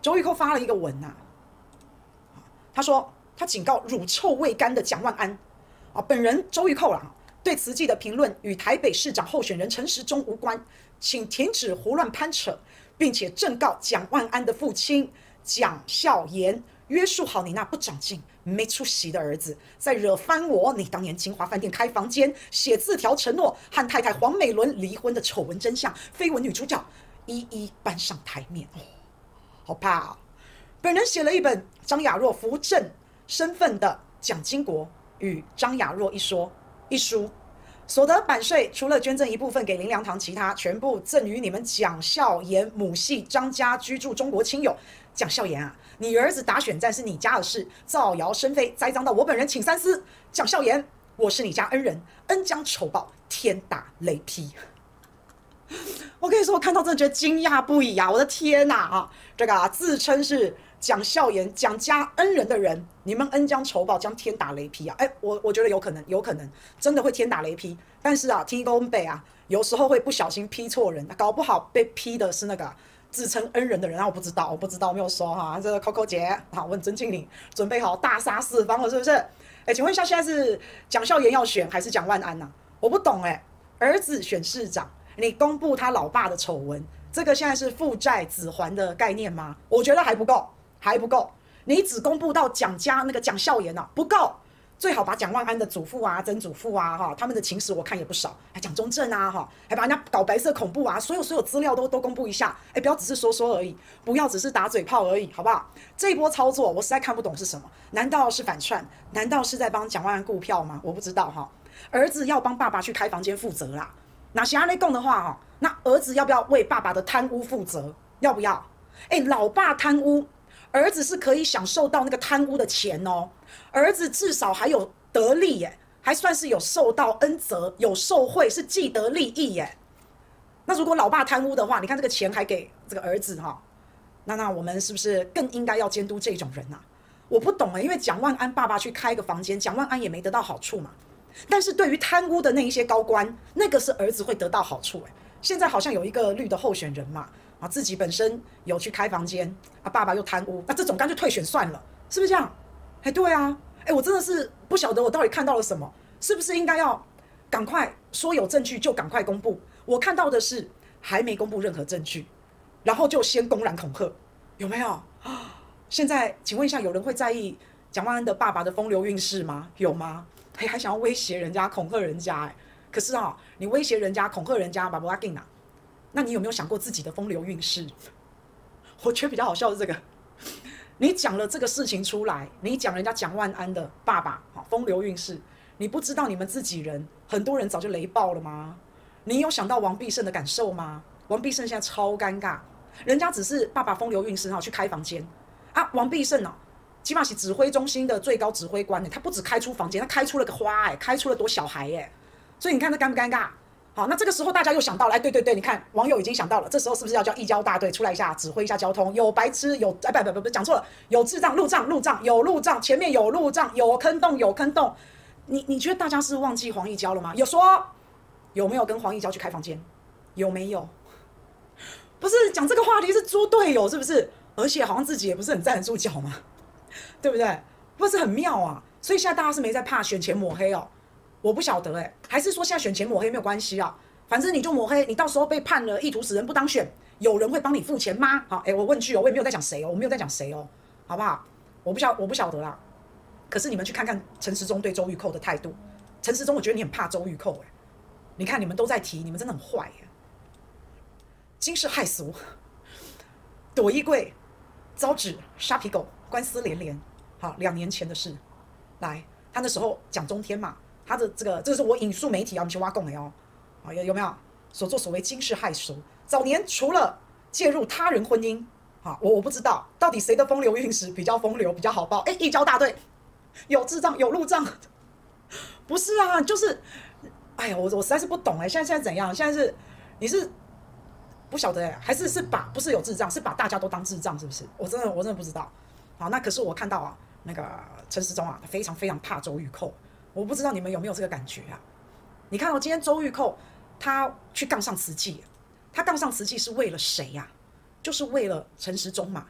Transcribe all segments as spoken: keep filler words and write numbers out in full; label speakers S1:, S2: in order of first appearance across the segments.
S1: 周玉蔻发了一个文啊，他说他警告乳臭未干的蒋万安啊，本人周玉蔻啦，对慈济的评论与台北市长候选人陈时中无关，请停止胡乱攀扯，并且正告蒋万安的父亲蒋孝严，约束好你那不长进、没出息的儿子，再惹翻我你当年金华饭店开房间、写字条承诺和太太黄美伦离婚的丑闻真相，绯闻女主角一一搬上台面。哦，好怕啊！本人写了一本张雅若扶正身份的蒋经国与张雅若一说一书，所得版税除了捐赠一部分给林良堂，其他全部赠予你们蒋孝严母系张家居住中国亲友。蒋孝严啊，你儿子打选战是你家的事，造谣生非，栽赃到我本人，请三思。蒋孝严，我是你家恩人，恩将仇报，天打雷劈。我跟你说，我看到真的觉得惊讶不已啊！我的天哪啊！这个啊，自称是蒋孝严、蒋家恩人的人，你们恩将仇报，将天打雷劈啊！哎，我我觉得有可能，有可能真的会天打雷劈。但是啊，天公伯啊，有时候会不小心劈错人，搞不好被劈的是那个自称恩人的人啊！我不知道，我不知道，没有说哈。这个 Coco 姐啊，我很尊敬你，准备好大杀四方了，是不是？哎，请问一下，现在是蒋孝严要选还是蒋万安呐、啊？我不懂哎，儿子选市长。你公布他老爸的丑闻，这个现在是父债子还的概念吗？我觉得还不够，还不够。你只公布到蒋家那个蒋孝严啊，不够。最好把蒋万安的祖父啊、曾祖父啊，哈，他们的情史我看也不少，还蒋中正啊，哈，还把人家搞白色恐怖啊，所有所有资料都都公布一下。哎，不要只是说说而已，不要只是打嘴炮而已，好不好？这一波操作我实在看不懂是什么？难道是反串？难道是在帮蒋万安顾票吗？我不知道哈。儿子要帮爸爸去开房间负责啦。那想要内供的话哈，那儿子要不要为爸爸的贪污负责？要不要？哎，老爸贪污，儿子是可以享受到那个贪污的钱哦。儿子至少还有得利耶，还算是有受到恩泽，有受贿，是既得利益耶。那如果老爸贪污的话，你看这个钱还给这个儿子哈，那那我们是不是更应该要监督这种人啊？我不懂哎，因为蒋万安爸爸去开个房间，蒋万安也没得到好处嘛。但是对于贪污的那一些高官，那个是儿子会得到好处哎。现在好像有一个绿的候选人嘛，啊，自己本身有去开房间，啊，爸爸又贪污，那这种干脆退选算了，是不是这样？哎，对啊，哎，我真的是不晓得我到底看到了什么，是不是应该要赶快说有证据就赶快公布？我看到的是还没公布任何证据，然后就先公然恐吓，有没有？现在请问一下，有人会在意蒋万安的爸爸的风流韵事吗？有吗？还还想要威胁人家、恐吓人家、欸，可是啊、哦，你威胁人家、恐吓人家，把不要紧啊？那你有没有想过自己的风流韵事？我觉得比较好笑的是这个，你讲了这个事情出来，你讲人家蒋万安的爸爸风流韵事，你不知道你们自己人很多人早就雷爆了吗？你有想到王必胜的感受吗？王必胜现在超尴尬，人家只是爸爸风流韵事哈，去开房间啊，王必胜啊。起码是指挥中心的最高指挥官呢，他不止开出房间，他开出了个花哎，开出了朵小孩哎，所以你看这尴不尴尬？好，那这个时候大家又想到了，哎，对对对，你看网友已经想到了，这时候是不是要叫义交大队出来一下，指挥一下交通？有白痴，有哎不不不不讲错了，有智障，路障路障有路障，前面有路障，有坑洞有坑洞。你你觉得大家是忘记黄义交了吗？有说有没有跟黄义交去开房间？有没有？不是讲这个话题是猪队友是不是？而且好像自己也不是很站得住脚嘛。对不对？不是很妙啊，所以现在大家是没在怕选前抹黑哦，我不晓得哎，还是说现在选前抹黑没有关系啊？反正你就抹黑，你到时候被判了意图使人不当选，有人会帮你付钱吗？好，哎，我问句哦，我也没有在讲谁哦，我没有在讲谁哦，好不好？我不晓我不晓得啦。可是你们去看看陈时中对周玉蔻的态度，陈时中我觉得你很怕周玉蔻哎，你看你们都在提，你们真的很坏哎，惊世骇俗，躲衣柜遭指沙皮狗。官司连连，好，两年前的事。来，他那时候蒋中天嘛，他的这个，这个是我引述媒体啊，我们去挖供的哦，啊，有有没有所作所为惊世骇俗？早年除了介入他人婚姻，啊，我我不知道到底谁的风流韵事比较风流比较好报？哎，义交大队有智障有路障，不是啊，就是，哎呀，我我实在是不懂哎，现在现在怎样？现在是你是不晓得哎，还是是把不是有智障，是把大家都当智障，是不是？我真的我真的不知道。好，那可是我看到啊，那个陈时中啊，他非常非常怕周玉蔻，我不知道你们有没有这个感觉啊？你看到、哦、今天周玉蔻他去杠上慈济，他杠上慈济是为了谁呀、啊？就是为了陈时中嘛。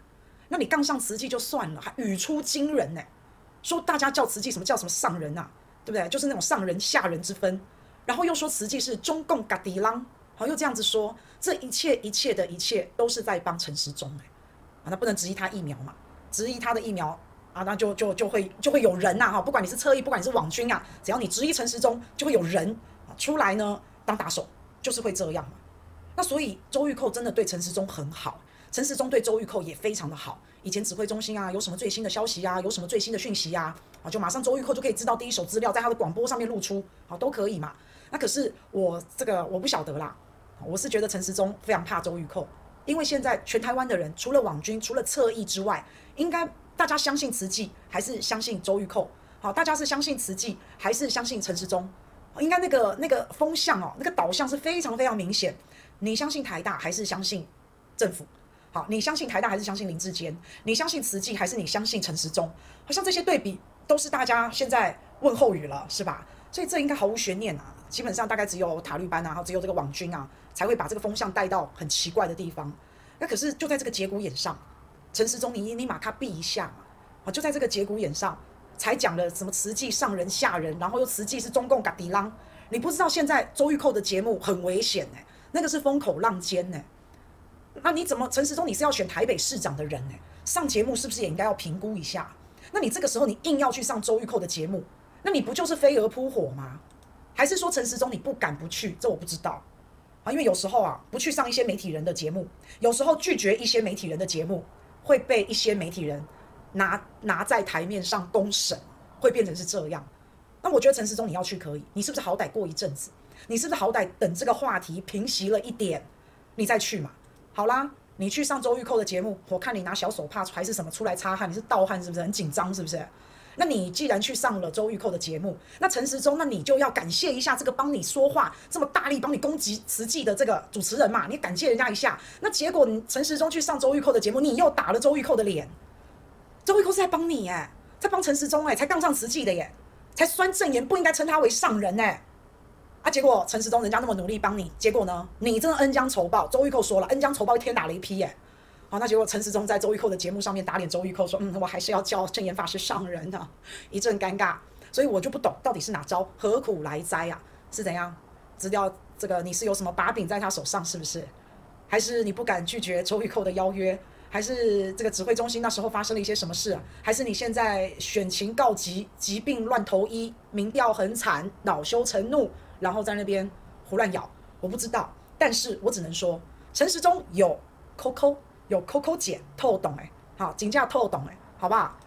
S1: 那你杠上慈济就算了，还语出惊人呢、欸，说大家叫慈济什么叫什么上人啊，对不对？就是那种上人下人之分，然后又说慈济是中共嘎迪啷，好又这样子说，这一切一切的一切都是在帮陈时中哎、欸，啊，那不能质疑他疫苗嘛，质疑他的疫苗啊，那就就就会就会有人呐、啊、哈，不管你是侧翼，不管你是网军啊，只要你质疑陈时中，就会有人啊出来呢当打手，就是会这样嘛。那所以周玉蔻真的对陈时中很好。陈时中对周玉蔻也非常的好，以前指挥中心啊有什么最新的消息啊，有什么最新的讯息啊，啊就马上周玉蔻就可以知道第一手资料，在他的广播上面露出，好都可以嘛。那可是我这个我不晓得啦，我是觉得陈时中非常怕周玉蔻，因为现在全台湾的人除了网军除了侧翼之外，应该大家相信慈济还是相信周玉蔻？好，大家是相信慈济还是相信陈时中？应该那个那个风向哦，那个导向是非常非常明显。你相信台大还是相信政府？好，你相信台大还是相信林智坚？你相信慈济还是你相信陈时中？好像这些对比都是大家现在问候语了，是吧？所以这应该毫无悬念啊。基本上大概只有塔绿班啊，只有这个网军啊，才会把这个风向带到很奇怪的地方。那可是就在这个节骨眼上，陈时中你你马卡避一下嘛，啊，就在这个节骨眼上才讲了什么慈济上人下人，然后又慈济是中共嘎迪啷。你不知道现在周玉蔻的节目很危险哎、欸，那个是风口浪尖哎、欸。那你怎么陈时中你是要选台北市长的人呢、欸？上节目是不是也应该要评估一下？那你这个时候你硬要去上周玉蔻的节目，那你不就是飞蛾扑火吗？还是说陈时中你不敢不去？这我不知道啊，因为有时候啊不去上一些媒体人的节目，有时候拒绝一些媒体人的节目，会被一些媒体人拿拿在台面上公审，会变成是这样。那我觉得陈时中你要去可以，你是不是好歹过一阵子，你是不是好歹等这个话题平息了一点，你再去嘛？好啦，你去上周玉蔻的节目，我看你拿小手帕还是什么出来擦汗，你是盗汗是不是？很紧张是不是？那你既然去上了周玉蔻的节目，那陈时中，那你就要感谢一下这个帮你说话这么大力帮你攻击慈济的这个主持人嘛，你感谢人家一下。那结果你陈时中去上周玉蔻的节目，你又打了周玉蔻的脸。周玉蔻是在帮你耶，在帮陈时中哎，才杠上慈济的耶，才酸正言不应该称他为上人哎。啊！结果陈时中人家那么努力帮你，结果呢，你真的恩将仇报。周玉蔻说了，恩将仇报，天打雷劈耶！好，那结果陈时中在周玉蔻的节目上面打脸周玉蔻，说，嗯，我还是要叫正言法师上人的，一阵尴尬。所以我就不懂到底是哪招，何苦来哉啊？是怎样？资料这个你是有什么把柄在他手上，是不是？还是你不敢拒绝周玉蔻的邀约？还是这个指挥中心那时候发生了一些什么事啊？还是你现在选情告急，疾病乱投医，民调很惨，恼羞成怒？然后在那边胡乱咬，我不知道，但是我只能说，陈时中有 Coco 有 Coco 姐透懂哎，好，金价透懂哎，好不好？